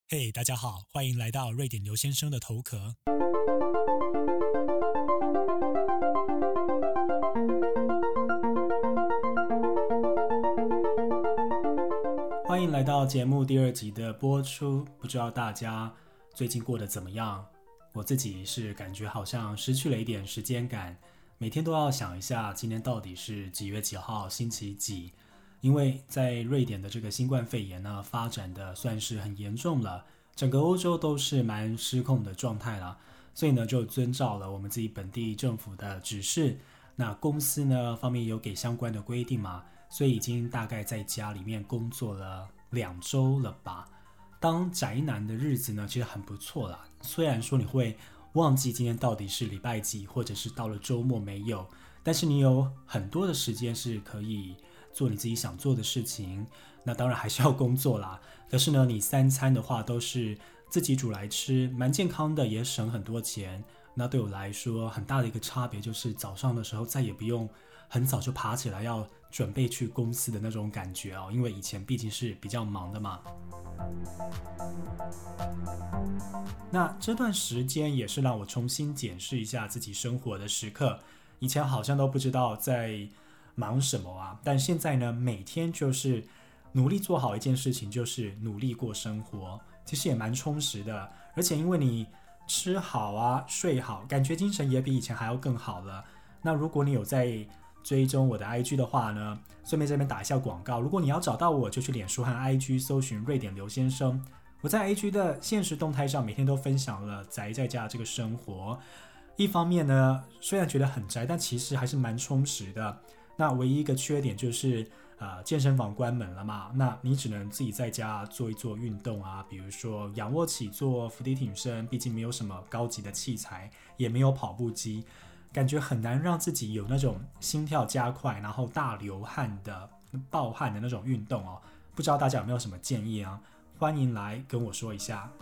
嘿，大家好，欢迎来到瑞典刘先生的头壳。欢迎来到节目第2集的播出。不知道大家最近过得怎么样？我自己是感觉好像失去了一点时间感，每天都要想一下今天到底是几月几号，星期几。因为在瑞典的这个新冠肺炎呢，发展的算是很严重了，整个欧洲都是蛮失控的状态了，所以呢就遵照了我们自己本地政府的指示，那公司呢方面也有给相关的规定嘛，所以已经大概在家里面工作了2周了吧。当宅男的日子呢其实很不错啦，虽然说你会忘记今天到底是礼拜几，或者是到了周末没有，但是你有很多的时间是可以做你自己想做的事情，那当然还是要工作啦。可是呢，你3餐的话都是自己煮来吃，蛮健康的，也省很多钱。那对我来说，很大的一个差别就是早上的时候再也不用很早就爬起来要准备去公司的那种感觉哦，因为以前毕竟是比较忙的嘛。那这段时间也是让我重新检视一下自己生活的时刻，以前好像都不知道在忙什么啊，但现在呢，每天就是努力做好一件事情，就是努力过生活，其实也蛮充实的。而且因为你吃好啊，睡好，感觉精神也比以前还要更好了。那如果你有在追踪我的 IG 的话呢，顺便这边打一下广告，如果你要找到我，就去脸书和 IG 搜寻瑞典刘先生。我在 IG 的限时动态上每天都分享了宅在家这个生活，一方面呢，虽然觉得很宅，但其实还是蛮充实的。那唯一一个缺点就是健身房关门了嘛，那你只能自己在家做一做运动啊，比如说仰卧起坐、伏地挺身，毕竟没有什么高级的器材，也没有跑步机，感觉很难让自己有那种心跳加快然后大流汗的暴汗的那种运动哦。不知道大家有没有什么建议啊？欢迎来跟我说一下。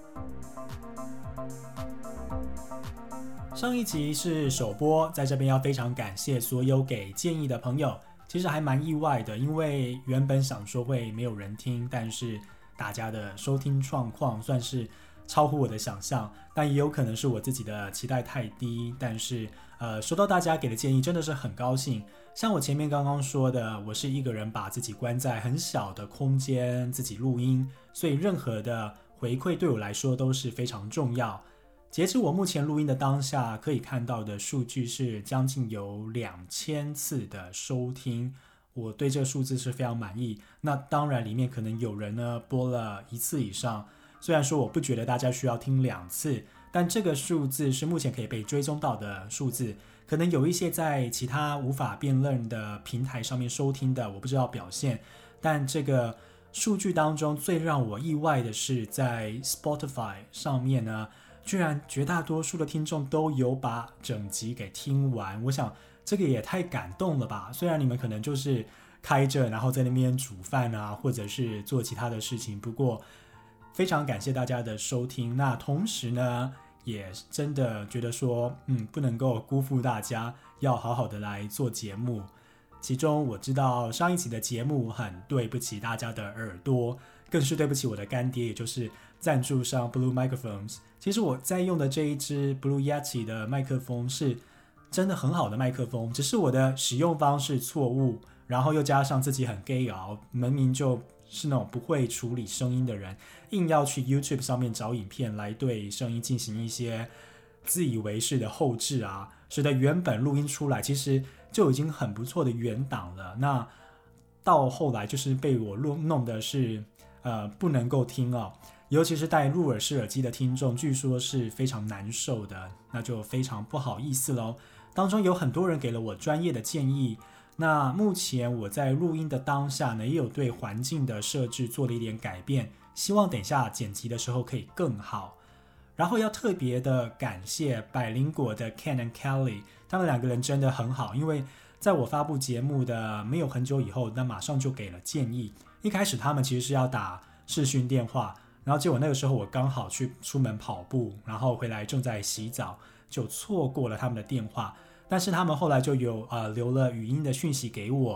上一集是首播，在这边要非常感谢所有给建议的朋友，其实还蛮意外的，因为原本想说会没有人听，但是大家的收听状况算是超乎我的想象，但也有可能是我自己的期待太低，但是收到大家给的建议真的是很高兴。像我前面刚刚说的，我是一个人把自己关在很小的空间自己录音，所以任何的回馈对我来说都是非常重要。截至我目前录音的当下，可以看到的数据是将近有2000次的收听，我对这个数字是非常满意。那当然里面可能有人呢播了1次以上，虽然说我不觉得大家需要听2次，但这个数字是目前可以被追踪到的数字。可能有一些在其他无法辨认的平台上面收听的，我不知道表现，但这个数据当中最让我意外的是在 Spotify 上面呢，居然绝大多数的听众都有把整集给听完，我想这个也太感动了吧。虽然你们可能就是开着然后在那边煮饭啊，或者是做其他的事情，不过非常感谢大家的收听。那同时呢，也真的觉得说不能够辜负大家，要好好的来做节目。其中我知道上一期的节目很对不起大家的耳朵，更是对不起我的干爹，也就是赞助商 Blue Microphones。 其实我在用的这一支 Blue Yeti 的麦克风是真的很好的麦克风，只是我的使用方式错误，然后又加上自己很 gay 熬，明明就是那种不会处理声音的人，硬要去 YouTube 上面找影片来对声音进行一些自以为是的后置啊，使得原本录音出来其实就已经很不错的原档了，那到后来就是被我弄的是不能够听哦，尤其是戴入耳式耳机的听众，据说是非常难受的，那就非常不好意思咯。当中有很多人给了我专业的建议，那目前我在录音的当下呢，也有对环境的设置做了一点改变，希望等一下剪辑的时候可以更好。然后要特别的感谢百灵果的 Ken and Kelly， 他们2个人真的很好，因为在我发布节目的没有很久以后，那马上就给了建议。一开始他们其实是要打视讯电话，然后结果那个时候我刚好出门跑步，然后回来正在洗澡，就错过了他们的电话。但是他们后来就有留了语音的讯息给我，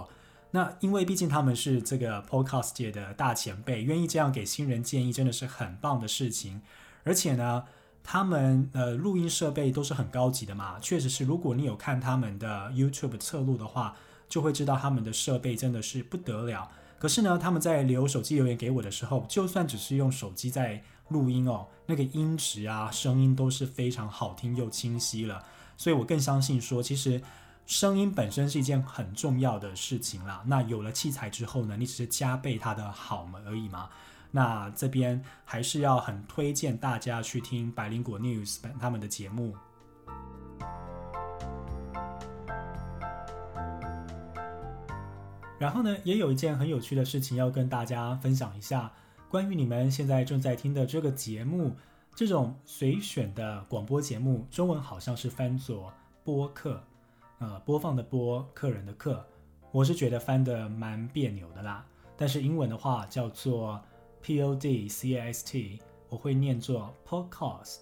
那因为毕竟他们是这个 podcast 界的大前辈，愿意这样给新人建议，真的是很棒的事情。而且呢，他们录音设备都是很高级的嘛，确实是，如果你有看他们的 YouTube 侧录的话，就会知道他们的设备真的是不得了。可是呢，他们在留手机留言给我的时候，就算只是用手机在录音哦，那个音质啊，声音都是非常好听又清晰了。所以我更相信说，其实声音本身是一件很重要的事情啦。那有了器材之后呢，你只是加倍它的好而已嘛。那这边还是要很推荐大家去听百灵果 News 他们的节目。然后呢，也有一件很有趣的事情要跟大家分享一下，关于你们现在正在听的这个节目，这种随选的广播节目，中文好像是翻作播客，播放的播，客人的客，我是觉得翻得蛮别扭的啦。但是英文的话叫做 podcast， 我会念作 podcast。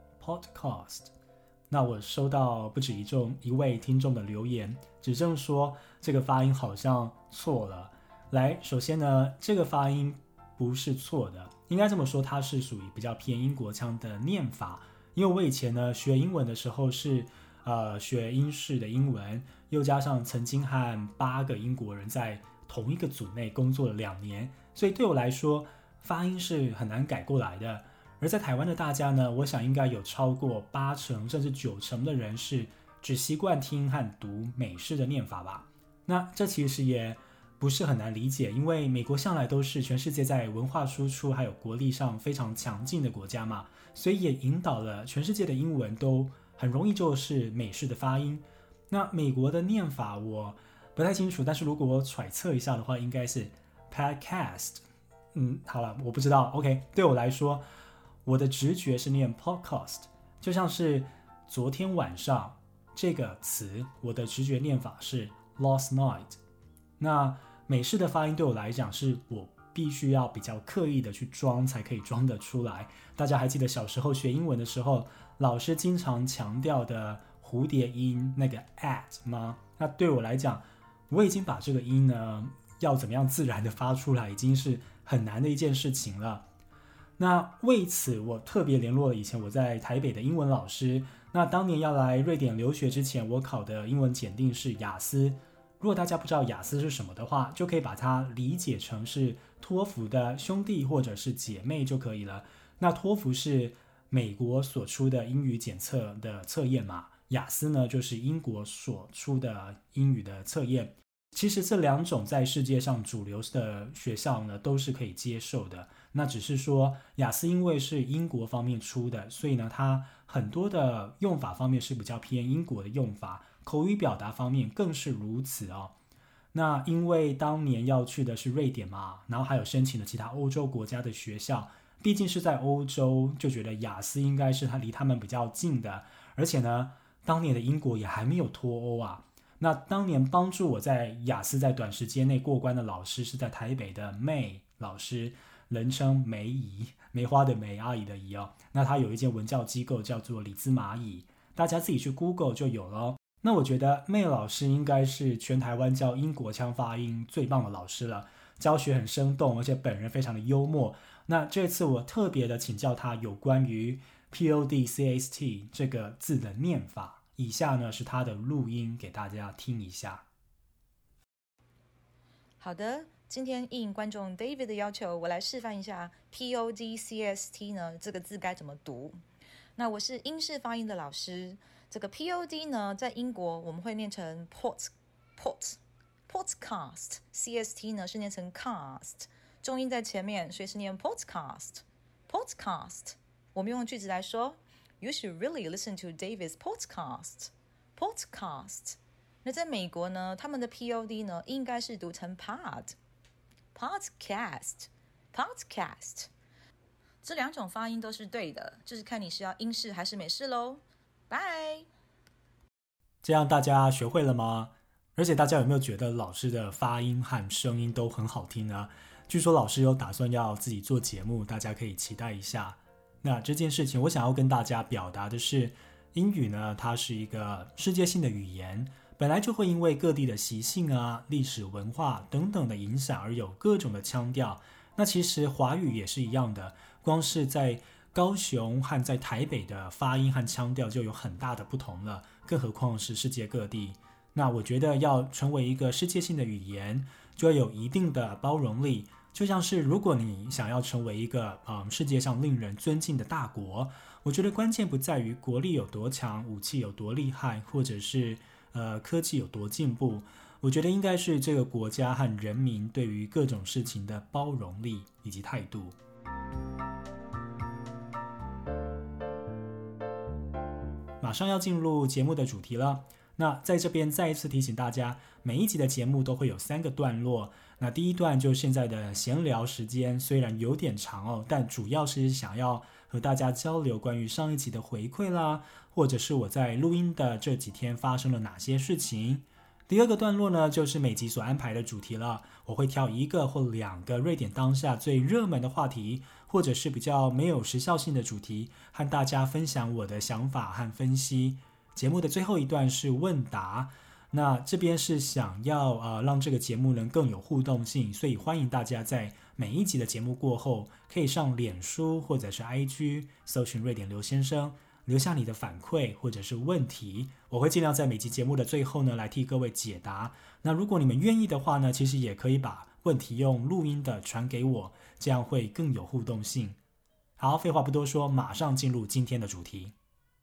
那我收到不止一位听众的留言，指正说这个发音好像错了。来，首先呢，这个发音不是错的，应该这么说，它是属于比较偏英国腔的念法。因为我以前呢学英文的时候是学英式的英文，又加上曾经和8个英国人在同一个组内工作了2年，所以对我来说发音是很难改过来的。而在台湾的大家呢，我想应该有超过8成甚至9成的人是只习惯听和读美式的念法吧。那这其实也不是很难理解，因为美国向来都是全世界在文化输出还有国力上非常强劲的国家嘛，所以也引导了全世界的英文都很容易就是美式的发音。那美国的念法我不太清楚，但是如果我揣测一下的话，应该是 podcast。好了，我不知道。OK， 对我来说，我的直觉是念 podcast， 就像是昨天晚上这个词，我的直觉念法是 last night。那美式的发音对我来讲，是我必须要比较刻意的去装才可以装得出来。大家还记得小时候学英文的时候，老师经常强调的蝴蝶音那个 at 吗？那对我来讲，我已经把这个音呢要怎么样自然的发出来，已经是很难的一件事情了。那为此我特别联络了以前我在台北的英文老师。那当年要来瑞典留学之前，我考的英文检定是雅思。如果大家不知道雅思是什么的话，就可以把它理解成是托福的兄弟或者是姐妹就可以了。那托福是美国所出的英语检测的测验嘛，雅思呢就是英国所出的英语的测验。其实这2种在世界上主流的学校呢都是可以接受的，那只是说雅思因为是英国方面出的，所以呢它很多的用法方面是比较偏英国的用法，口语表达方面更是如此哦。那因为当年要去的是瑞典嘛，然后还有申请了其他欧洲国家的学校，毕竟是在欧洲，就觉得雅思应该是离他们比较近的。而且呢，当年的英国也还没有脱欧啊。那当年帮助我在雅思在短时间内过关的老师是在台北的 May 老师，人称梅姨，梅花的梅，阿姨的姨哦。那他有一间文教机构叫做李兹蚂蚁，大家自己去 Google 就有了哦。那我觉得 May 老师应该是全台湾教英国腔发音最棒的老师了，教学很生动，而且本人非常的幽默。那这次我特别的请教他有关于 podcast 这个字的念法。以下呢是他的录音给大家听一下。 好的，今天应观众 David 的要求，我来示范一下 podcast 呢这个字该怎么读。那我是英式发音的老师，这个 pod 呢在英国我们会念成 podcast， cst 呢是念成 cast， 重音在前面，所以是念 podcast。 我们用句子来说， You should really listen to David's podcast。 那在美国呢，他们的 pod 呢应该是读成 podcast。 这2种发音都是对的，就是看你是要英式还是美式咯。拜。 这样大家学会了吗？而且大家有没有觉得老师的发音和声音都很好听呢？据说老师有打算要自己做节目，大家可以期待一下。那这件事情我想要跟大家表达的是，英语呢它是一个世界性的语言， 本来就会因为各地的习性啊、历史文化等等的影响而有各种的腔调。那其实华语也是一样的，光是在高雄和在台北的发音和腔调就有很大的不同了，更何况是世界各地。那我觉得要成为一个世界性的语言，就要有一定的包容力。就像是如果你想要成为一个世界上令人尊敬的大国，我觉得关键不在于国力有多强，武器有多厉害，或者是科技有多进步，我觉得应该是这个国家和人民对于各种事情的包容力以及态度。马上要进入节目的主题了。那在这边再一次提醒大家，每一集的节目都会有3个段落。那第一段就是现在的闲聊时间，虽然有点长哦，但主要是想要和大家交流关于上一集的回馈啦，或者是我在录音的这几天发生了哪些事情。第二个段落呢，就是每集所安排的主题了，我会挑1个或2个瑞典当下最热门的话题，或者是比较没有时效性的主题，和大家分享我的想法和分析。节目的最后一段是问答，那这边是想要让这个节目能更有互动性，所以欢迎大家在每一集的节目过后，可以上脸书或者是 IG 搜寻瑞典刘先生，留下你的反馈或者是问题，我会尽量在每集节目的最后呢来替各位解答。那如果你们愿意的话呢，其实也可以把问题用录音的传给我，这样会更有互动性。好，废话不多说，马上进入今天的主题。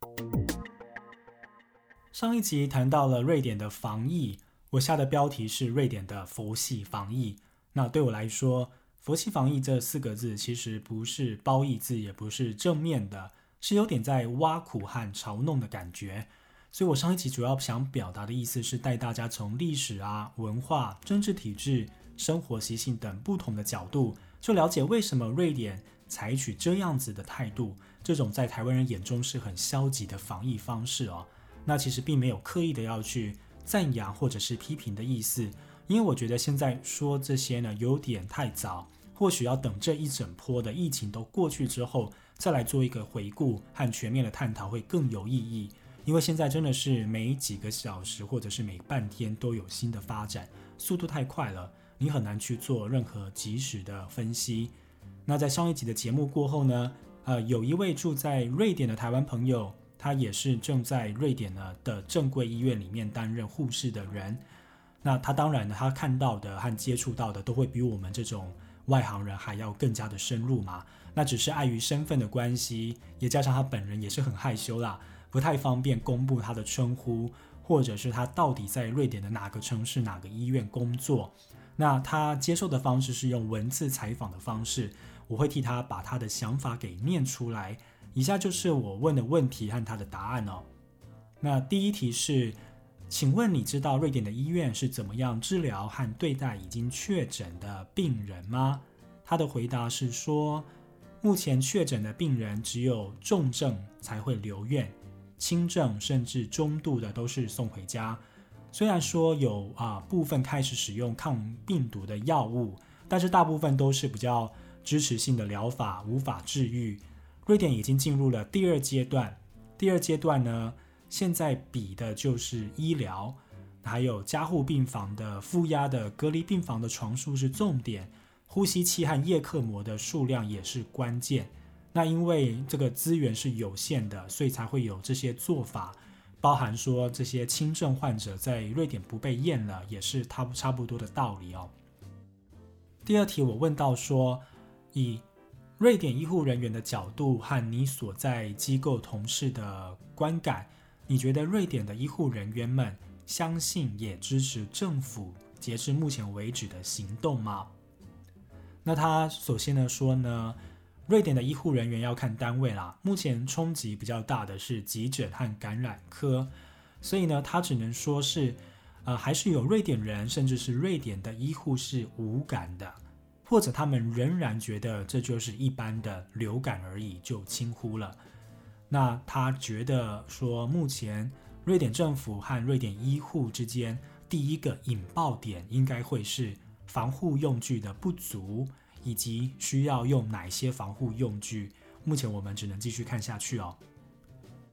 上一集谈到了瑞典的防疫，我下的标题是瑞典的佛系防疫。那对我来说，佛系防疫这4个字其实不是褒义字，也不是正面的，是有点在挖苦和嘲弄的感觉。所以我上一集主要想表达的意思是带大家从历史啊、文化、政治体制、生活习性等不同的角度，就了解为什么瑞典采取这样子的态度，这种在台湾人眼中是很消极的防疫方式哦。那其实并没有刻意的要去赞扬或者是批评的意思，因为我觉得现在说这些呢有点太早，或许要等这一整波的疫情都过去之后，再来做一个回顾和全面的探讨会更有意义。因为现在真的是每几个小时或者是每半天都有新的发展，速度太快了，你很难去做任何及时的分析。那在上一集的节目过后呢，有一位住在瑞典的台湾朋友，他也是正在瑞典的正规医院里面担任护士的人。那他当然呢，他看到的和接触到的都会比我们这种外行人还要更加的深入嘛。那只是碍于身份的关系，也加上他本人也是很害羞啦，不太方便公布他的称呼，或者是他到底在瑞典的哪个城市哪个医院工作。那他接受的方式是用文字采访的方式，我会替他把他的想法给念出来。以下就是我问的问题和他的答案哦。那第一题是，请问你知道瑞典的医院是怎么样治疗和对待已经确诊的病人吗？他的回答是说，目前确诊的病人只有重症才会留院，轻症甚至中度的都是送回家。虽然说有部分开始使用抗病毒的药物，但是大部分都是比较支持性的疗法，无法治愈。瑞典已经进入了第2阶段，第2阶段呢，现在比的就是医疗，还有加护病房的负压的隔离病房的床数是重点，呼吸器和叶克膜的数量也是关键。那因为这个资源是有限的，所以才会有这些做法，包含说这些轻症患者在瑞典不被验了，也是差不多的道理哦。第2题我问到说，以瑞典医护人员的角度和你所在机构同事的观感，你觉得瑞典的医护人员们相信也支持政府截至目前为止的行动吗？那他首先呢说呢，瑞典的医护人员要看单位啦，目前冲击比较大的是急诊和感染科，所以呢他只能说是还是有瑞典人甚至是瑞典的医护是无感的，或者他们仍然觉得这就是一般的流感而已，就轻忽了。那他觉得说，目前瑞典政府和瑞典医护之间第一个引爆点应该会是防护用具的不足，以及需要用哪些防护用具。目前我们只能继续看下去哦。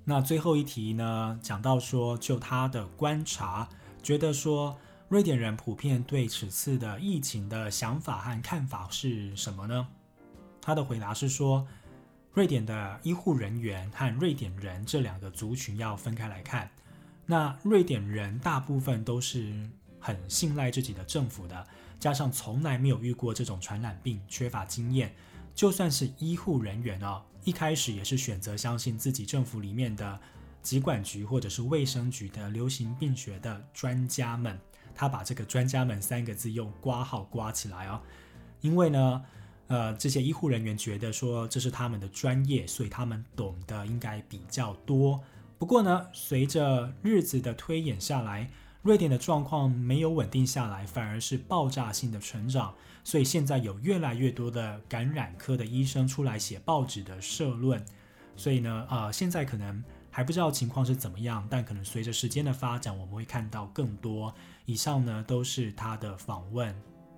那最后一题呢，讲到说，就他的观察，觉得说瑞典人普遍对此次的疫情的想法和看法是什么呢？他的回答是说，瑞典的医护人员和瑞典人这两个族群要分开来看。那瑞典人大部分都是很信赖自己的政府的，加上从来没有遇过这种传染病，缺乏经验，就算是医护人员一开始也是选择相信自己政府里面的疾管局或者是卫生局的流行病学的专家们。他把这个专家们3个字用括号括起来因为呢这些医护人员觉得说这是他们的专业，所以他们懂得应该比较多。不过呢，随着日子的推演下来，瑞典的状况没有稳定下来，反而是爆炸性的成长，所以现在有越来越多的感染科的医生出来写报纸的社论。所以呢现在可能还不知道情况是怎么样，但可能随着时间的发展，我们会看到更多。以上呢都是他的访问。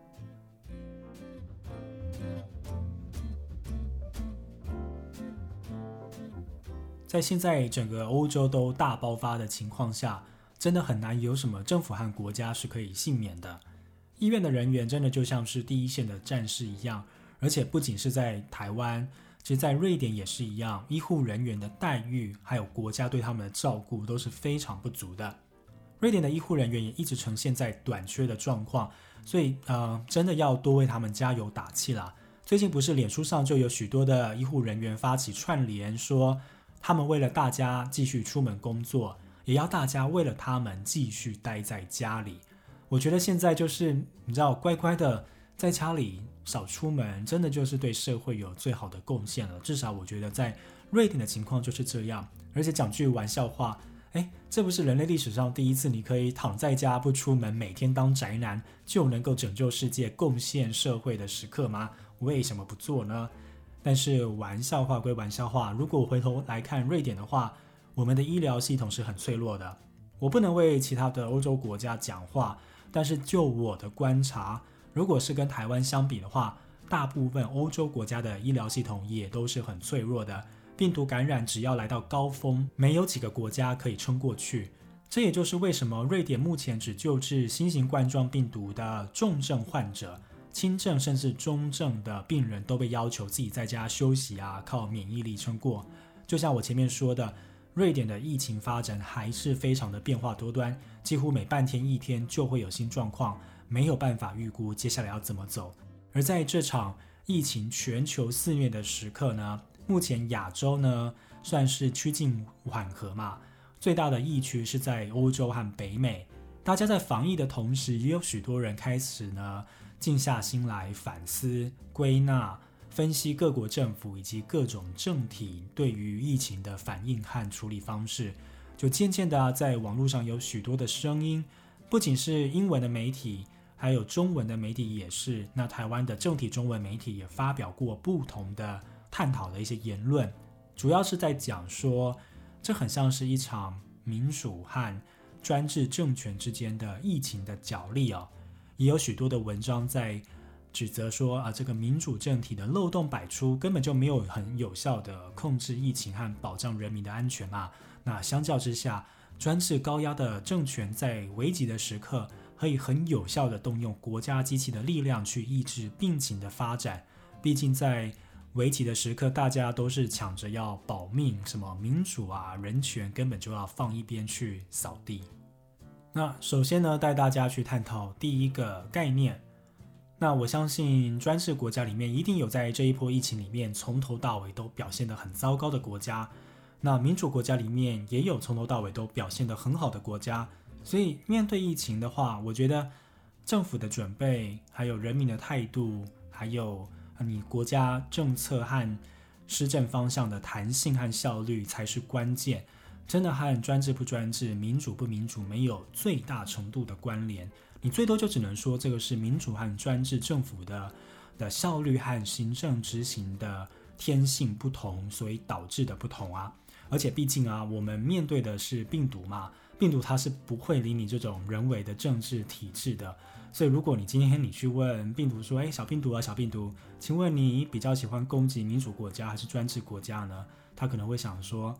在现在整个欧洲都大爆发的情况下，真的很难有什么政府和国家是可以幸免的。医院的人员真的就像是第一线的战士一样，而且不仅是在台湾，其实在瑞典也是一样，医护人员的待遇还有国家对他们的照顾都是非常不足的。瑞典的医护人员也一直呈现在短缺的状况，所以真的要多为他们加油打气啦。最近不是脸书上就有许多的医护人员发起串联，说他们为了大家继续出门工作，也要大家为了他们继续待在家里。我觉得现在就是你知道，乖乖的在家里少出门，真的就是对社会有最好的贡献了。至少我觉得在瑞典的情况就是这样。而且讲句玩笑话，这不是人类历史上第一次你可以躺在家不出门，每天当宅男就能够拯救世界、贡献社会的时刻吗？为什么不做呢？但是玩笑话归玩笑话，如果我回头来看瑞典的话，我们的医疗系统是很脆弱的。我不能为其他的欧洲国家讲话，但是就我的观察，如果是跟台湾相比的话，大部分欧洲国家的医疗系统也都是很脆弱的。病毒感染只要来到高峰，没有几个国家可以撑过去。这也就是为什么瑞典目前只救治新型冠状病毒的重症患者，轻症甚至中症的病人都被要求自己在家休息靠免疫力撑过。就像我前面说的，瑞典的疫情发展还是非常的变化多端，几乎每半天一天就会有新状况，没有办法预估接下来要怎么走。而在这场疫情全球肆虐的时刻呢，目前亚洲呢算是趋近缓和嘛，最大的疫区是在欧洲和北美。大家在防疫的同时，也有许多人开始呢静下心来反思、归纳、分析各国政府以及各种政体对于疫情的反应和处理方式。就渐渐的在网络上有许多的声音，不仅是英文的媒体，还有中文的媒体也是。那台湾的正体中文媒体也发表过不同的探讨的一些言论，主要是在讲说，这很像是一场民主和专制政权之间的疫情的角力也有许多的文章在指责说这个民主政体的漏洞百出，根本就没有很有效的控制疫情和保障人民的安全那相较之下，专制高压的政权在危急的时刻可以很有效的动用国家机器的力量去抑制病情的发展。毕竟在危急的时刻，大家都是抢着要保命，什么民主人权根本就要放一边去扫地。那首先呢，带大家去探讨第一个概念。那我相信专制国家里面一定有在这一波疫情里面从头到尾都表现得很糟糕的国家，那民主国家里面也有从头到尾都表现得很好的国家。所以面对疫情的话，我觉得政府的准备，还有人民的态度，还有你国家政策和施政方向的弹性和效率才是关键。真的和专制不专制、民主不民主没有最大程度的关联，你最多就只能说这个是民主和专制政府的效率和行政执行的天性不同，所以导致的不同而且毕竟我们面对的是病毒嘛，病毒它是不会理你这种人为的政治体制的。所以如果你今天你去问病毒说，小病毒小病毒，请问你比较喜欢攻击民主国家还是专制国家呢？他可能会想说，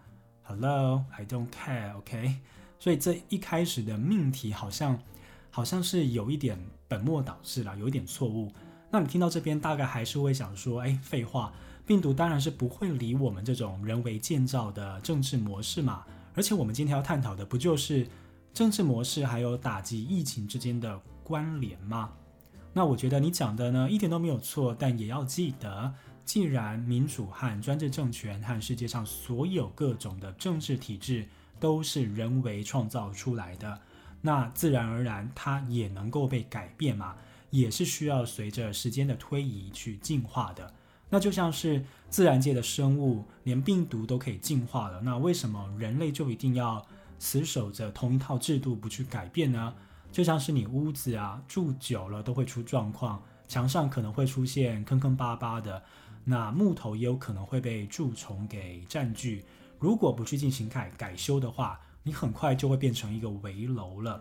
Hello, I don't care, OK？ 所以这一开始的命题好像是有一点本末倒置啦，有一点错误。那你听到这边大概还是会想说，废话，病毒当然是不会理我们这种人为建造的政治模式嘛。而且我们今天要探讨的不就是政治模式还有打击疫情之间的关联吗？那我觉得你讲的呢一点都没有错，但也要记得，既然民主和专制政权和世界上所有各种的政治体制都是人为创造出来的，那自然而然它也能够被改变嘛，也是需要随着时间的推移去进化的。那就像是自然界的生物，连病毒都可以进化了，那为什么人类就一定要死守着同一套制度不去改变呢？就像是你屋子啊住久了都会出状况，墙上可能会出现坑坑巴巴的，那木头也有可能会被蛀虫给占据，如果不去进行改修的话，你很快就会变成一个危楼了。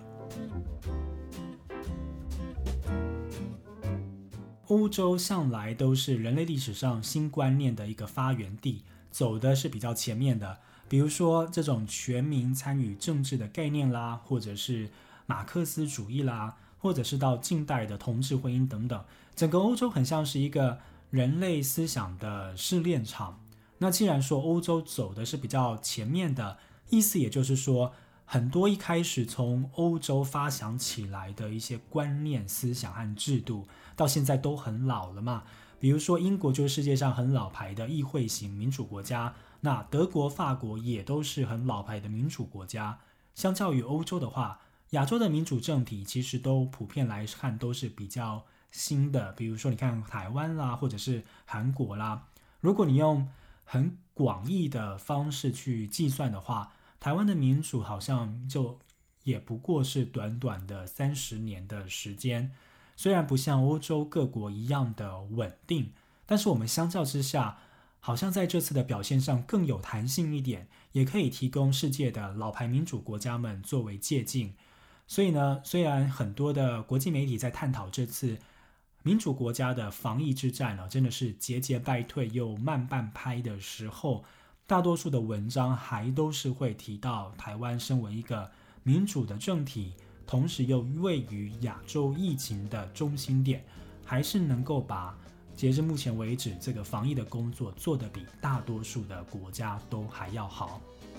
欧洲向来都是人类历史上新观念的一个发源地，走的是比较前面的，比如说这种全民参与政治的概念啦，或者是马克思主义啦，或者是到近代的同志婚姻等等，整个欧洲很像是一个人类思想的试炼场。那既然说欧洲走的是比较前面的，意思也就是说，很多一开始从欧洲发想起来的一些观念、思想和制度，到现在都很老了嘛。比如说英国就是世界上很老牌的议会型民主国家，那德国、法国也都是很老牌的民主国家。相较于欧洲的话，亚洲的民主政体其实都普遍来看都是比较新的，比如说你看台湾啦，或者是韩国啦。如果你用很广义的方式去计算的话，台湾的民主好像就也不过是短短的30年的时间。虽然不像欧洲各国一样的稳定，但是我们相较之下，好像在这次的表现上更有弹性一点，也可以提供世界的老牌民主国家们作为借鉴。所以呢，虽然很多的国际媒体在探讨这次民主国家的防疫之战真的是节节败退又慢半拍的时候，大多数的文章还都是会提到台湾身为一个民主的政体，同时又位于亚洲疫情的中心点，还是能够把截至目前为止这个防疫的工作做得比大多数的国家都还要好。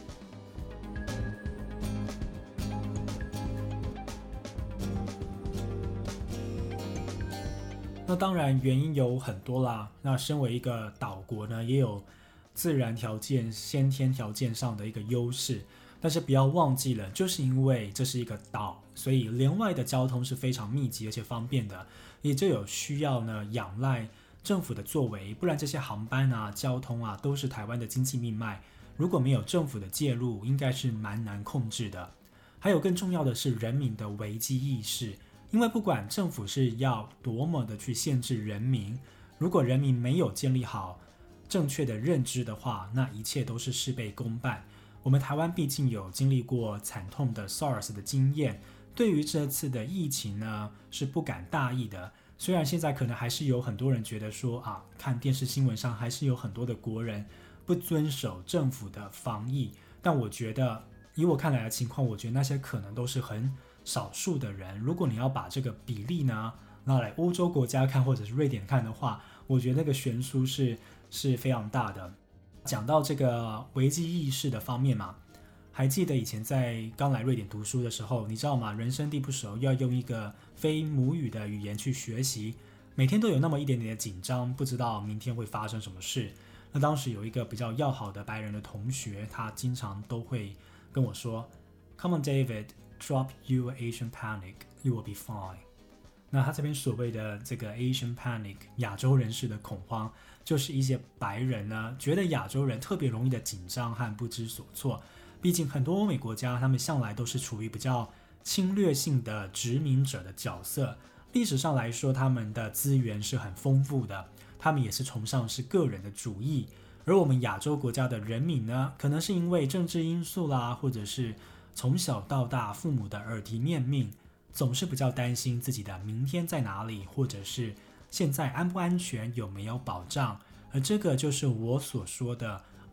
那当然原因有很多啦，那身为一个岛国呢，也有自然条件、先天条件上的一个优势，但是不要忘记了，就是因为这是一个岛，所以连外的交通是非常密集而且方便的，也就有需要呢仰赖政府的作为，不然这些航班啊、交通啊都是台湾的经济命脉，如果没有政府的介入，应该是蛮难控制的。还有更重要的是人民的危机意识，因为不管政府是要多么的去限制人民，如果人民没有建立好正确的认知的话，那一切都是事倍功半。我们台湾毕竟有经历过惨痛的 SARS 的经验，对于这次的疫情呢是不敢大意的。虽然现在可能还是有很多人觉得说看电视新闻上还是有很多的国人不遵守政府的防疫，但我觉得以我看来的情况，我觉得那些可能都是很少数的人。如果你要把这个比例呢拿来欧洲国家看或者是瑞典看的话，我觉得那个悬殊是非常大的。讲到这个危机意识的方面嘛，还记得以前在刚来瑞典读书的时候，你知道吗？人生地不熟，要用一个非母语的语言去学习，每天都有那么一点点的紧张，不知道明天会发生什么事。那当时有一个比较要好的白人的同学，他经常都会跟我说 Come on David, drop your Asian panic, you will be fine。 那他这边所谓的这个 Asian panic 亚洲人士的恐慌，就是一些白人呢觉得亚洲人特别容易的紧张和不知所措。毕竟很多欧美国家他们向来都是处于比较侵略性的殖民者的角色，历史上来说他们的资源是很丰富的，他们也是崇尚是个人的主义。而我们亚洲国家的人民呢，可能是因为政治因素啦，或者是从小到大父母的耳提面命，总是比较担心自己的明天在哪里，或者是现在安不安全，有没有保障。而这个就是我所说的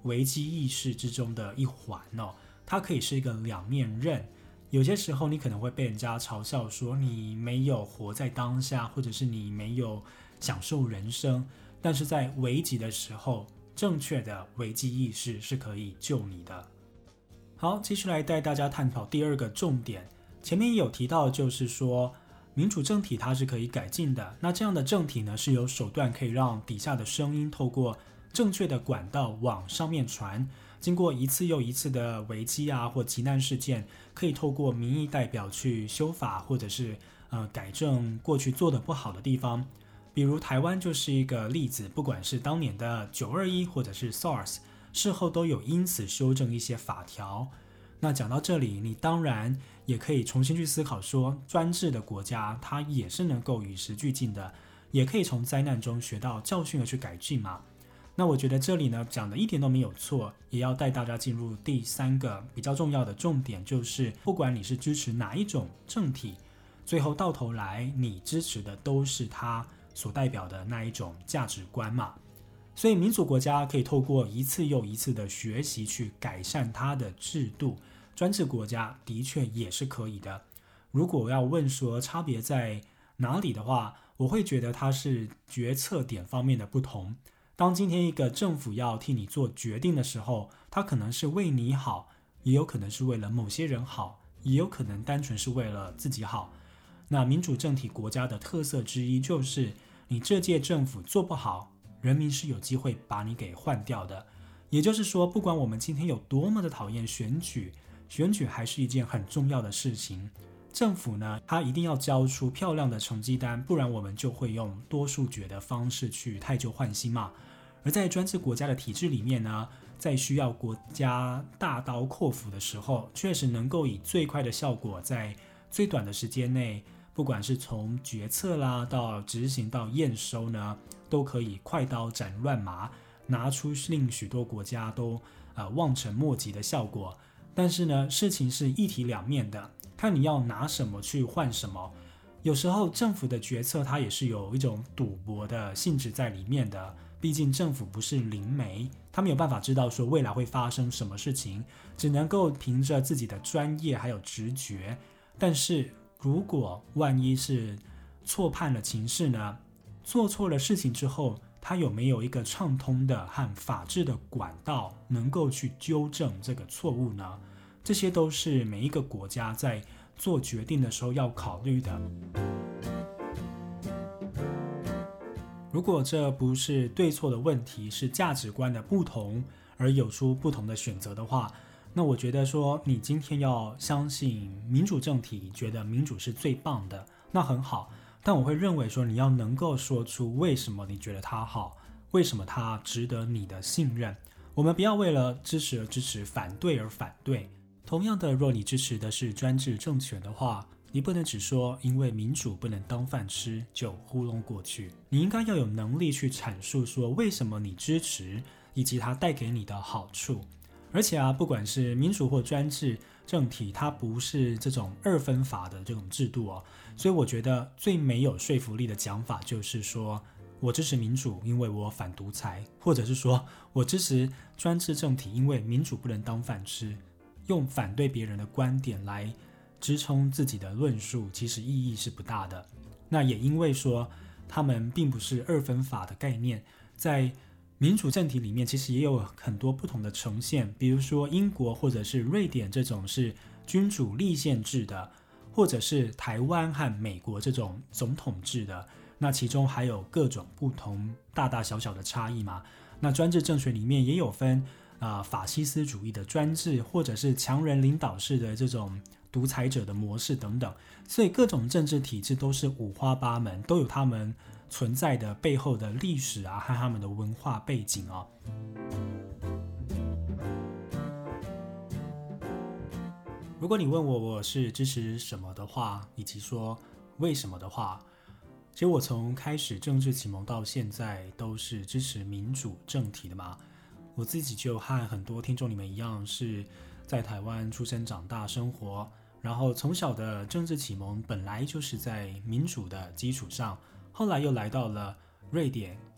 危机意识之中的一环哦，它可以是一个两面刃。有些时候你可能会被人家嘲笑说你没有活在当下，或者是你没有享受人生，但是在危急的时候，正确的危机意识是可以救你的。好，继续来带大家探讨第二个重点。前面也有提到，就是说民主政体它是可以改进的，那这样的政体呢，是有手段可以让底下的声音透过正确的管道往上面传，经过一次又一次的危机啊或急难事件，可以透过民意代表去修法，或者是改正过去做得不好的地方。比如台湾就是一个例子，不管是当年的921或者是 SARS， 事后都有因此修正一些法条。那讲到这里，你当然也可以重新去思考说，专制的国家它也是能够与时俱进的，也可以从灾难中学到教训而去改进嘛。那我觉得这里呢讲的一点都没有错，也要带大家进入第三个比较重要的重点，就是不管你是支持哪一种政体，最后到头来你支持的都是它所代表的那一种价值观嘛。所以民主国家可以透过一次又一次的学习去改善它的制度，专制国家的确也是可以的。如果我要问说差别在哪里的话，我会觉得它是决策点方面的不同。当今天一个政府要替你做决定的时候，它可能是为你好，也有可能是为了某些人好，也有可能单纯是为了自己好。那民主政体国家的特色之一就是，你这届政府做不好，人民是有机会把你给换掉的。也就是说，不管我们今天有多么的讨厌选举，选举还是一件很重要的事情。政府呢，它一定要交出漂亮的成绩单，不然我们就会用多数决的方式去汰旧换新嘛。而在专制国家的体制里面呢，在需要国家大刀阔斧的时候，确实能够以最快的效果，在最短的时间内，不管是从决策啦到执行到验收呢，都可以快刀斩乱麻，拿出令许多国家都望尘莫及的效果。但是呢，事情是一体两面的，看你要拿什么去换什么。有时候政府的决策它也是有一种赌博的性质在里面的，毕竟政府不是灵媒，他没有办法知道说未来会发生什么事情，只能够凭着自己的专业还有直觉。但是如果万一是错判了情势呢，做错了事情之后，它有没有一个畅通的和法治的管道能够去纠正这个错误呢？这些都是每一个国家在做决定的时候要考虑的。如果这不是对错的问题，是价值观的不同而有出不同的选择的话，那我觉得说你今天要相信民主政体，觉得民主是最棒的，那很好。但我会认为说你要能够说出为什么你觉得它好，为什么它值得你的信任。我们不要为了支持而支持，反对而反对。同样的，若你支持的是专制政权的话，你不能只说因为民主不能当饭吃就糊弄过去，你应该要有能力去阐述说为什么你支持，以及它带给你的好处。而且不管是民主或专制政体，它不是这种二分法的这种制度哦。所以我觉得最没有说服力的讲法就是说，我支持民主，因为我反独裁，或者是说我支持专制政体，因为民主不能当饭吃。用反对别人的观点来支撑自己的论述，其实意义是不大的。那也因为说他们并不是二分法的概念，在民主政体里面其实也有很多不同的呈现，比如说英国或者是瑞典这种是君主立宪制的，或者是台湾和美国这种总统制的，那其中还有各种不同大大小小的差异嘛。那专制政权里面也有分法西斯主义的专制，或者是强人领导式的这种独裁者的模式等等，所以各种政治体制都是五花八门，都有他们存在的背后的历史和他们的文化背景哦。如果你问我是支持什么的话，以及说为什么的话，其实我从开始政治启蒙到现在都是支持民主政体的嘛。我自己就和很多听众你们一样，是在台湾出生长大生活，然后从小的政治启蒙本来就是在民主的基础上，后来又来到了瑞典，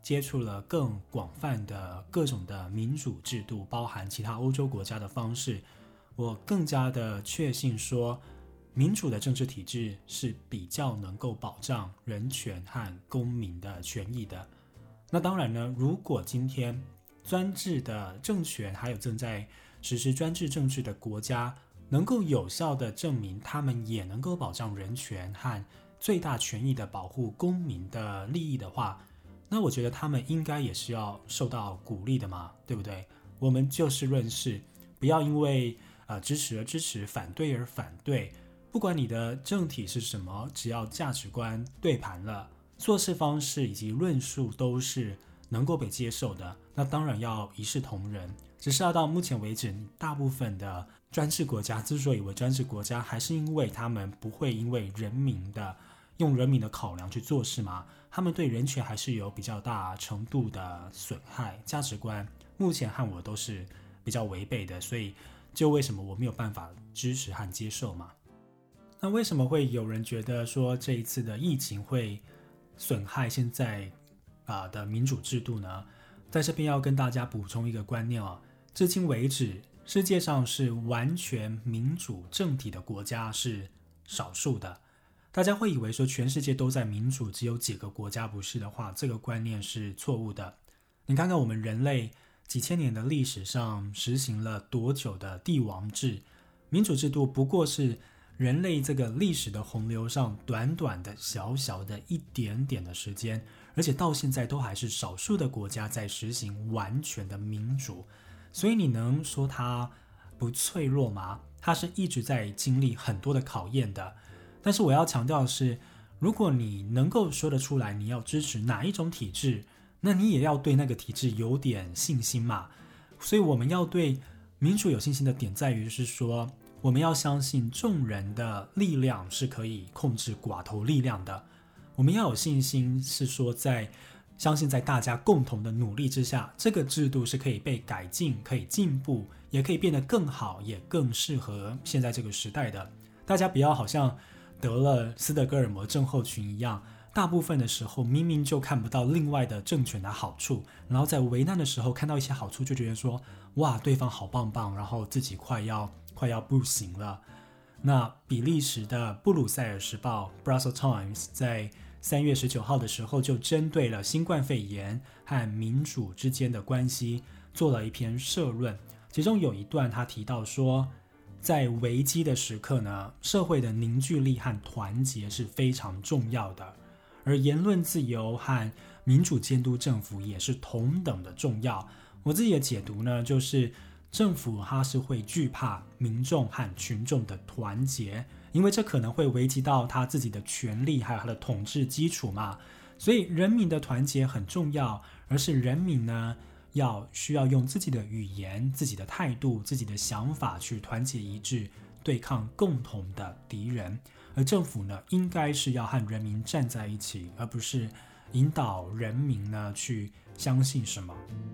接触了更广泛的各种的民主制度，包含其他欧洲国家的方式，我更加的确信说，民主的政治体制是比较能够保障人权和公民的权益的。那当然呢，如果今天专制的政权还有正在实施专制政治的国家能够有效地证明他们也能够保障人权和最大权益的保护公民的利益的话，那我觉得他们应该也是要受到鼓励的嘛，对不对？我们就事论事，不要因为支持而支持，反对而反对，不管你的政体是什么，只要价值观对盘了，做事方式以及论述都是能够被接受的，那当然要一视同仁。只是要到目前为止，大部分的专制国家之所以为专制国家，还是因为他们不会因为用人民的考量去做事嘛，他们对人权还是有比较大程度的损害，价值观目前和我都是比较违背的，所以就为什么我没有办法支持和接受嘛。那为什么会有人觉得说这一次的疫情会损害现在的民主制度呢？在这边要跟大家补充一个观念哦，至今为止，世界上是完全民主政体的国家是少数的。大家会以为说全世界都在民主，只有几个国家不是的话，这个观念是错误的。你看看我们人类几千年的历史上实行了多久的帝王制，民主制度不过是人类这个历史的洪流上短短的小小的一点点的时间，而且到现在都还是少数的国家在实行完全的民主，所以你能说它不脆弱吗？它是一直在经历很多的考验的。但是我要强调的是，如果你能够说得出来你要支持哪一种体制，那你也要对那个体制有点信心嘛。所以我们要对民主有信心的点在于是说，我们要相信众人的力量是可以控制寡头力量的。我们要有信心是说相信在大家共同的努力之下，这个制度是可以被改进，可以进步，也可以变得更好，也更适合现在这个时代的。大家不要好像得了斯德哥尔摩症候群一样，大部分的时候明明就看不到另外的政权的好处，然后在危难的时候看到一些好处就觉得说哇对方好棒棒，然后自己快要不行了。那比利时的布鲁塞尔时报 Brussels Times 在3月19号的时候就针对了新冠肺炎和民主之间的关系做了一篇社论，其中有一段他提到说，在危机的时刻呢，社会的凝聚力和团结是非常重要的，而言论自由和民主监督政府也是同等的重要。我自己的解读呢，就是政府它是会惧怕民众和群众的团结，因为这可能会危及到他自己的权利还有他的统治基础嘛。所以人民的团结很重要，而是人民呢需要用自己的语言、自己的态度、自己的想法去团结一致，对抗共同的敌人。而政府呢，应该是要和人民站在一起，而不是引导人民呢去相信什么。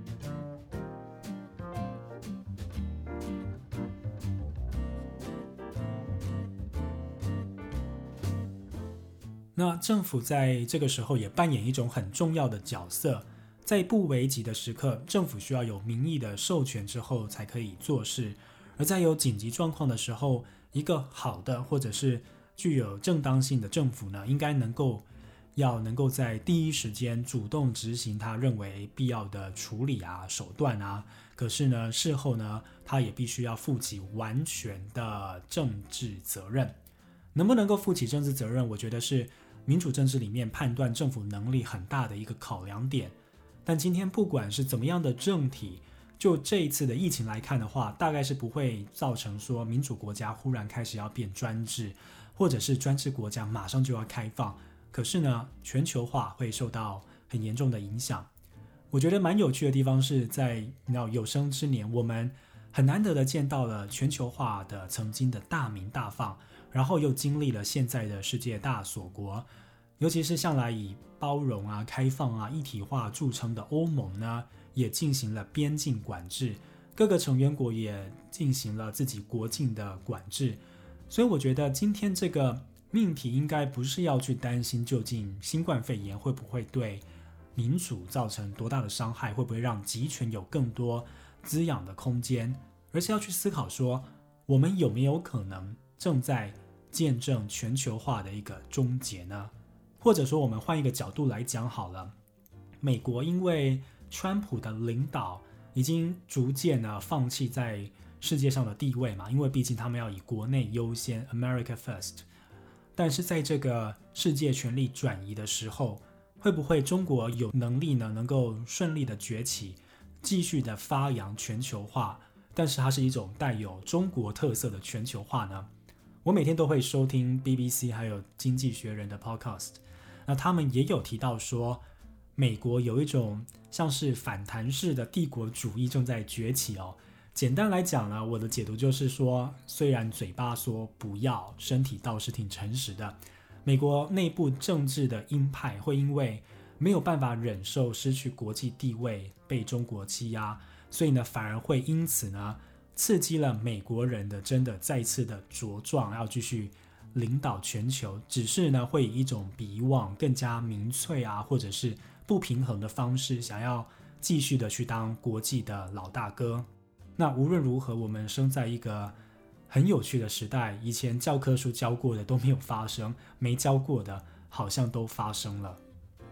那政府在这个时候也扮演一种很重要的角色，在不危急的时刻，政府需要有民意的授权之后才可以做事，而在有紧急状况的时候，一个好的或者是具有正当性的政府呢，应该能够在第一时间主动执行他认为必要的处理手段可是呢，事后呢，他也必须要负起完全的政治责任。能不能够负起政治责任，我觉得是民主政治里面判断政府能力很大的一个考量点。但今天不管是怎么样的政体，就这一次的疫情来看的话，大概是不会造成说民主国家忽然开始要变专制，或者是专制国家马上就要开放。可是呢，全球化会受到很严重的影响。我觉得蛮有趣的地方是在有生之年，我们很难得的见到了全球化的曾经的大鸣大放，然后又经历了现在的世界大锁国，尤其是向来以包容开放一体化著称的欧盟呢，也进行了边境管制，各个成员国也进行了自己国境的管制。所以我觉得今天这个命题应该不是要去担心究竟新冠肺炎会不会对民主造成多大的伤害，会不会让集权有更多滋养的空间，而是要去思考说，我们有没有可能正在见证全球化的一个终结呢？或者说我们换一个角度来讲好了，美国因为川普的领导已经逐渐放弃在世界上的地位嘛，因为毕竟他们要以国内优先 America First， 但是在这个世界权力转移的时候，会不会中国有能力呢能够顺利的崛起，继续的发扬全球化，但是它是一种带有中国特色的全球化呢？我每天都会收听 BBC 还有经济学人的 podcast， 那他们也有提到说，美国有一种像是反弹式的帝国主义正在崛起哦。简单来讲呢，我的解读就是说，虽然嘴巴说不要，身体倒是挺诚实的。美国内部政治的鹰派会因为没有办法忍受失去国际地位，被中国欺压，所以呢，反而会因此呢，刺激了美国人的真的再次的茁壮，要继续领导全球。只是呢，会以一种比以往更加民粹或者是不平衡的方式，想要继续的去当国际的老大哥。那无论如何，我们生在一个很有趣的时代，以前教科书教过的都没有发生，没教过的好像都发生了。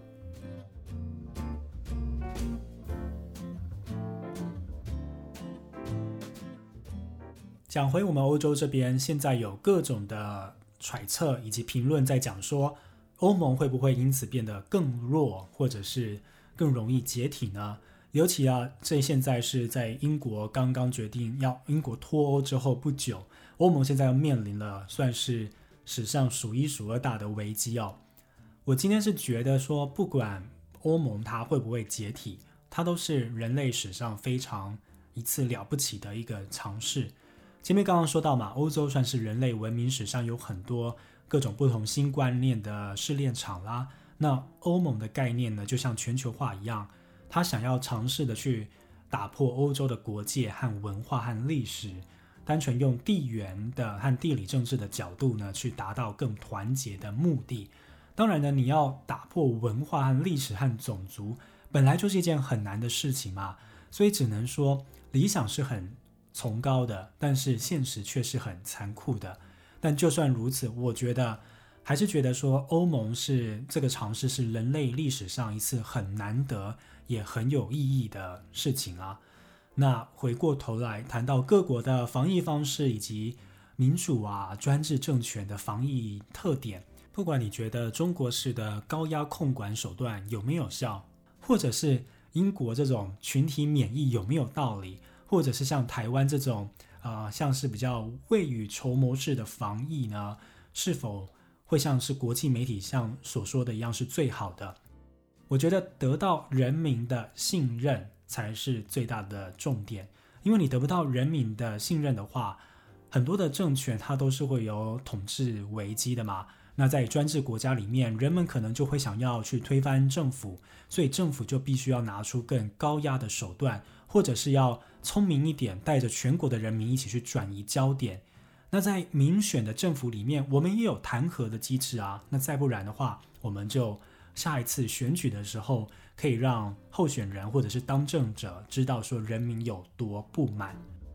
讲回我们欧洲这边，现在有各种的揣测以及评论在讲说，欧盟会不会因此变得更弱，或者是更容易解体呢？尤其这现在是在英国刚刚决定要英国脱欧之后不久，欧盟现在要面临了算是史上数一数二大的危机哦。我今天是觉得说，不管欧盟它会不会解体，它都是人类史上非常一次了不起的一个尝试。前面刚刚说到嘛，欧洲算是人类文明史上有很多各种不同新观念的试炼场啦。那欧盟的概念呢，就像全球化一样，他想要尝试的去打破欧洲的国界和文化和历史，单纯用地缘的和地理政治的角度呢，去达到更团结的目的。当然呢，你要打破文化和历史和种族，本来就是一件很难的事情嘛，所以只能说理想是很崇高的，但是现实却是很残酷的。但就算如此，我还是觉得说，欧盟是这个尝试是人类历史上一次很难得也很有意义的事情啊。那回过头来谈到各国的防疫方式以及民主专制政权的防疫特点，不管你觉得中国式的高压控管手段有没有效，或者是英国这种群体免疫有没有道理，或者是像台湾这种像是比较未雨绸缪式的防疫呢，是否会像是国际媒体上所说的一样是最好的？我觉得得到人民的信任才是最大的重点，因为你得不到人民的信任的话，很多的政权它都是会有统治危机的嘛。那在专制国家里面，人们可能就会想要去推翻政府，所以政府就必须要拿出更高压的手段，或者是要聪明一点，带着全国的人民一起去转移焦点。那在民选的政府里面，我们也有弹劾的机制啊。那再不然的话，我们就下一次选举的时候，可以让候选人或者是当政者知道说人民有多不满。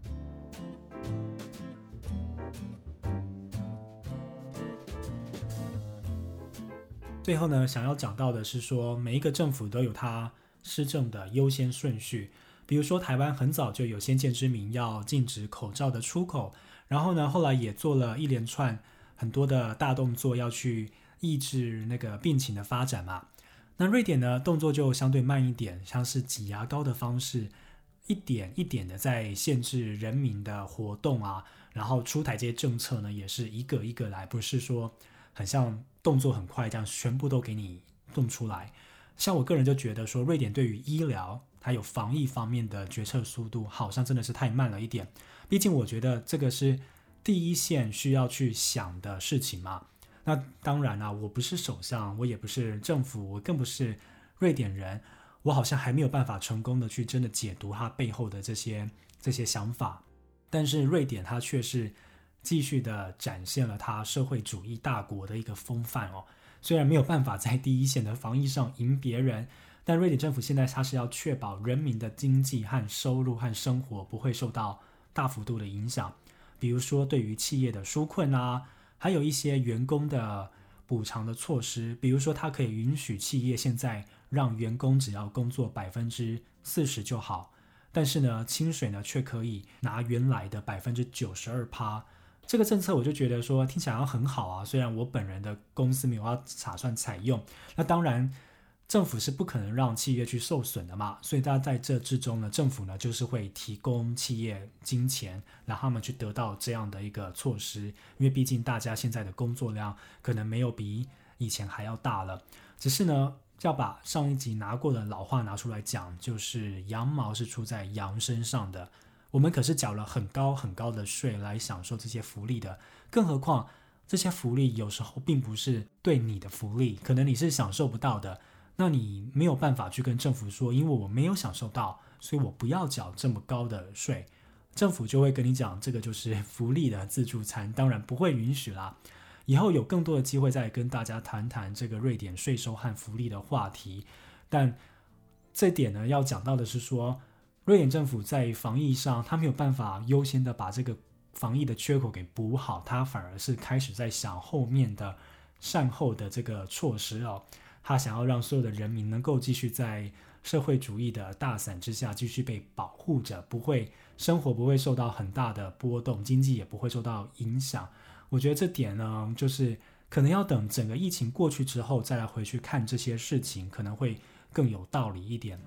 最后呢，想要讲到的是说，每一个政府都有它施政的优先顺序。比如说台湾很早就有先见之明要禁止口罩的出口，然后呢，后来也做了一连串很多的大动作要去抑制那个病情的发展嘛。那瑞典呢，动作就相对慢一点，像是挤牙膏的方式，一点一点的在限制人民的活动然后出台这些政策呢，也是一个一个来，不是说很像动作很快这样全部都给你动出来。像我个人就觉得说，瑞典对于医疗还有防疫方面的决策速度好像真的是太慢了一点，毕竟我觉得这个是第一线需要去想的事情嘛。那当然我不是首相，我也不是政府，我更不是瑞典人，我好像还没有办法成功的去真的解读它背后的这些想法。但是瑞典它却是继续的展现了它社会主义大国的一个风范虽然没有办法在第一线的防疫上赢别人， 但瑞典政府现在它是要确保人民的经济和收入和生活不会受到大幅度的影响，比如说对于企业的纾困啊，还有一些员工的补偿的措施，比如说它可以允许企业现在让员工只要工作40%就好，但是呢薪水呢却可以拿原来的92%。这个政策我就觉得说听起来很好啊，虽然我本人的公司没有要打算采用，那当然政府是不可能让企业去受损的嘛，所以大家在这之中呢，政府呢就是会提供企业金钱，让他们去得到这样的一个措施，因为毕竟大家现在的工作量可能没有比以前还要大了，只是呢要把上一集拿过的老话拿出来讲，就是羊毛是出在羊身上的，我们可是缴了很高很高的税来享受这些福利的，更何况这些福利有时候并不是对你的福利，可能你是享受不到的，那你没有办法去跟政府说，因为我没有享受到，所以我不要缴这么高的税，政府就会跟你讲这个就是福利的自助餐，当然不会允许啦。以后有更多的机会再跟大家谈谈这个瑞典税收和福利的话题，但这点呢要讲到的是说，瑞典政府在防疫上他没有办法优先的把这个防疫的缺口给补好，他反而是开始在想后面的善后的这个措施哦，他想要让所有的人民能够继续在社会主义的大伞之下继续被保护着，生活不会受到很大的波动，经济也不会受到影响。我觉得这点呢，就是可能要等整个疫情过去之后再来回去看这些事情，可能会更有道理一点。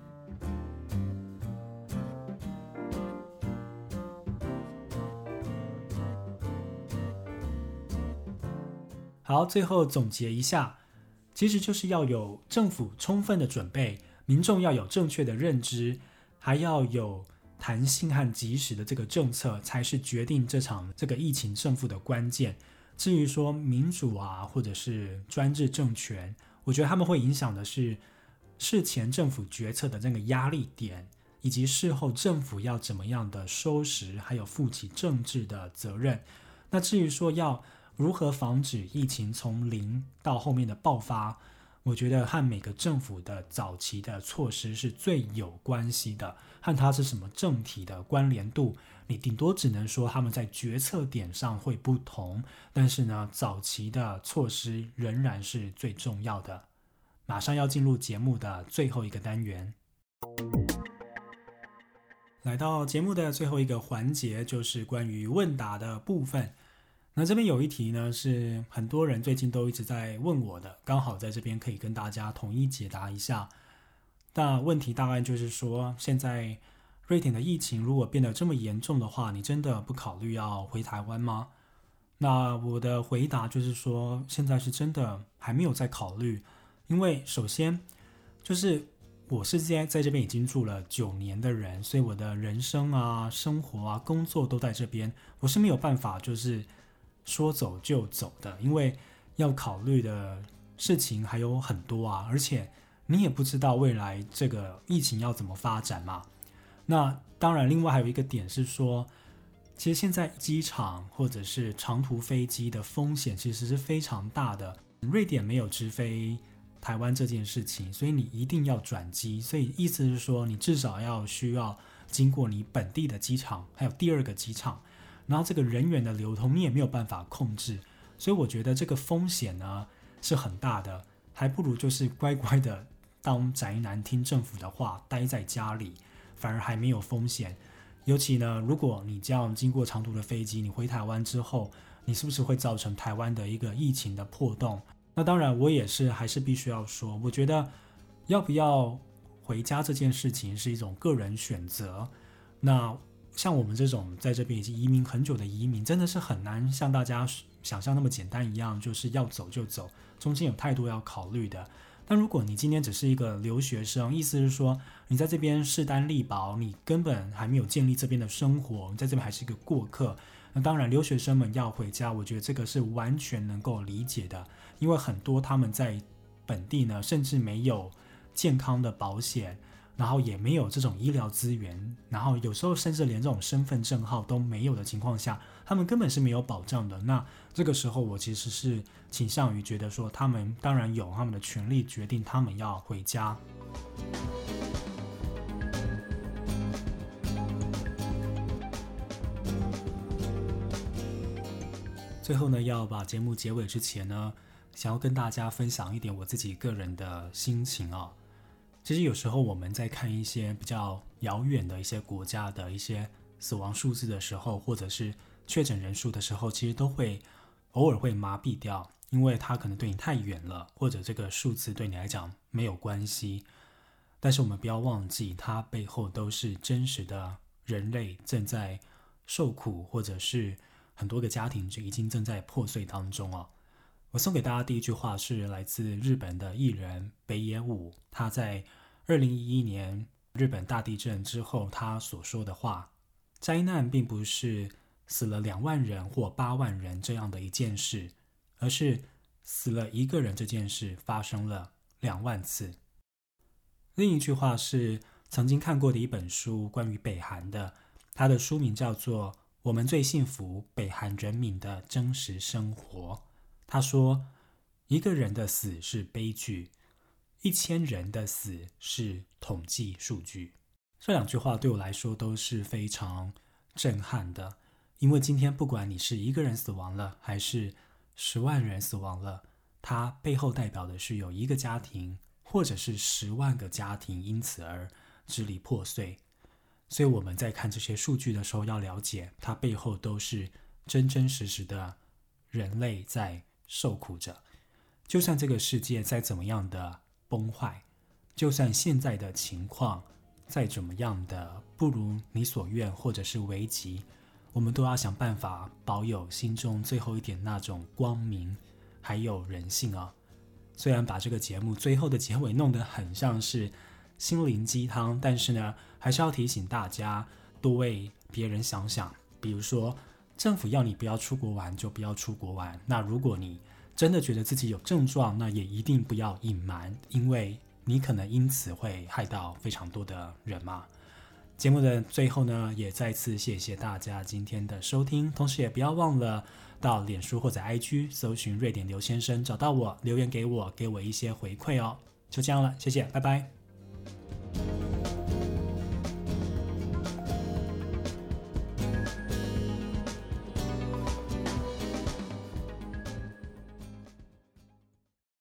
好，最后总结一下，其实就是要有政府充分的准备，民众要有正确的认知，还要有弹性和及时的这个政策，才是决定这个疫情胜负的关键。至于说民主啊，或者是专制政权，我觉得他们会影响的是事前政府决策的这个压力点，以及事后政府要怎么样的收拾，还有负起政治的责任。那至于说要如何防止疫情从零到后面的爆发，我觉得和每个政府的早期的措施是最有关系的，和它是什么政体的关联度，你顶多只能说他们在决策点上会不同，但是呢，早期的措施仍然是最重要的。马上要进入节目的最后一个单元，来到节目的最后一个环节，就是关于问答的部分。那这边有一题呢，是很多人最近都一直在问我的，刚好在这边可以跟大家统一解答一下。那问题大概就是说，现在瑞典的疫情如果变得这么严重的话，你真的不考虑要回台湾吗？那我的回答就是说，现在是真的还没有在考虑，因为首先就是我是在这边已经住了9年的人，所以我的人生啊、生活啊、工作都在这边，我是没有办法就是说走就走的，因为要考虑的事情还有很多啊，而且你也不知道未来这个疫情要怎么发展嘛。那当然另外还有一个点是说，其实现在机场或者是长途飞机的风险其实是非常大的，瑞典没有直飞台湾这件事情，所以你一定要转机，所以意思是说你至少需要经过你本地的机场还有第二个机场，然后这个人员的流通你也没有办法控制，所以我觉得这个风险呢是很大的，还不如就是乖乖的当宅男听政府的话，待在家里，反而还没有风险。尤其呢，如果你这样经过长途的飞机，你回台湾之后，你是不是会造成台湾的一个疫情的破洞？那当然我也是还是必须要说，我觉得要不要回家这件事情是一种个人选择。那像我们这种在这边已经移民很久的移民，真的是很难像大家想象那么简单一样，就是要走就走，中间有太多要考虑的。但如果你今天只是一个留学生，意思是说你在这边势单力薄，你根本还没有建立这边的生活，你在这边还是一个过客，那当然留学生们要回家，我觉得这个是完全能够理解的，因为很多他们在本地呢甚至没有健康的保险，然后也没有这种医疗资源，然后有时候甚至连这种身份证号都没有的情况下，他们根本是没有保障的。那这个时候我其实是倾向于觉得说，他们当然有他们的权利决定他们要回家。 最后呢，要把节目结尾之前呢，想要跟大家分享一点我自己个人的心情啊。其实有时候我们在看一些比较遥远的一些国家的一些死亡数字的时候，或者是确诊人数的时候，其实都会偶尔会麻痹掉，因为它可能对你太远了，或者这个数字对你来讲没有关系。但是我们不要忘记，它背后都是真实的人类正在受苦，或者是很多个家庭就已经正在破碎当中哦。我送给大家第一句话是来自日本的艺人北野武，他在2011年日本大地震之后他所说的话：灾难并不是死了2万人或8万人这样的一件事，而是死了1个人这件事发生了2万次。另一句话是曾经看过的一本书，关于北韩的，它的书名叫做《我们最幸福：北韩人民的真实生活》。他说，1个人的死是悲剧，1000人的死是统计数据。这2句话对我来说都是非常震撼的，因为今天不管你是1个人死亡了，还是10万人死亡了，它背后代表的是有1个家庭，或者是10万个家庭因此而支离破碎。所以我们在看这些数据的时候，要了解它背后都是真真实实的人类在受苦着。就算这个世界再怎么样的崩坏，就算现在的情况再怎么样的不如你所愿，或者是危急，我们都要想办法保有心中最后一点那种光明还有人性啊。虽然把这个节目最后的结尾弄得很像是心灵鸡汤，但是呢，还是要提醒大家多为别人想想。比如说政府要你不要出国玩就不要出国玩，那如果你真的觉得自己有症状，那也一定不要隐瞒，因为你可能因此会害到非常多的人嘛。节目的最后呢，也再次谢谢大家今天的收听，同时也不要忘了到脸书或者 IG 搜寻瑞典刘先生，找到我留言给我一些回馈哦。就这样了，谢谢，拜拜。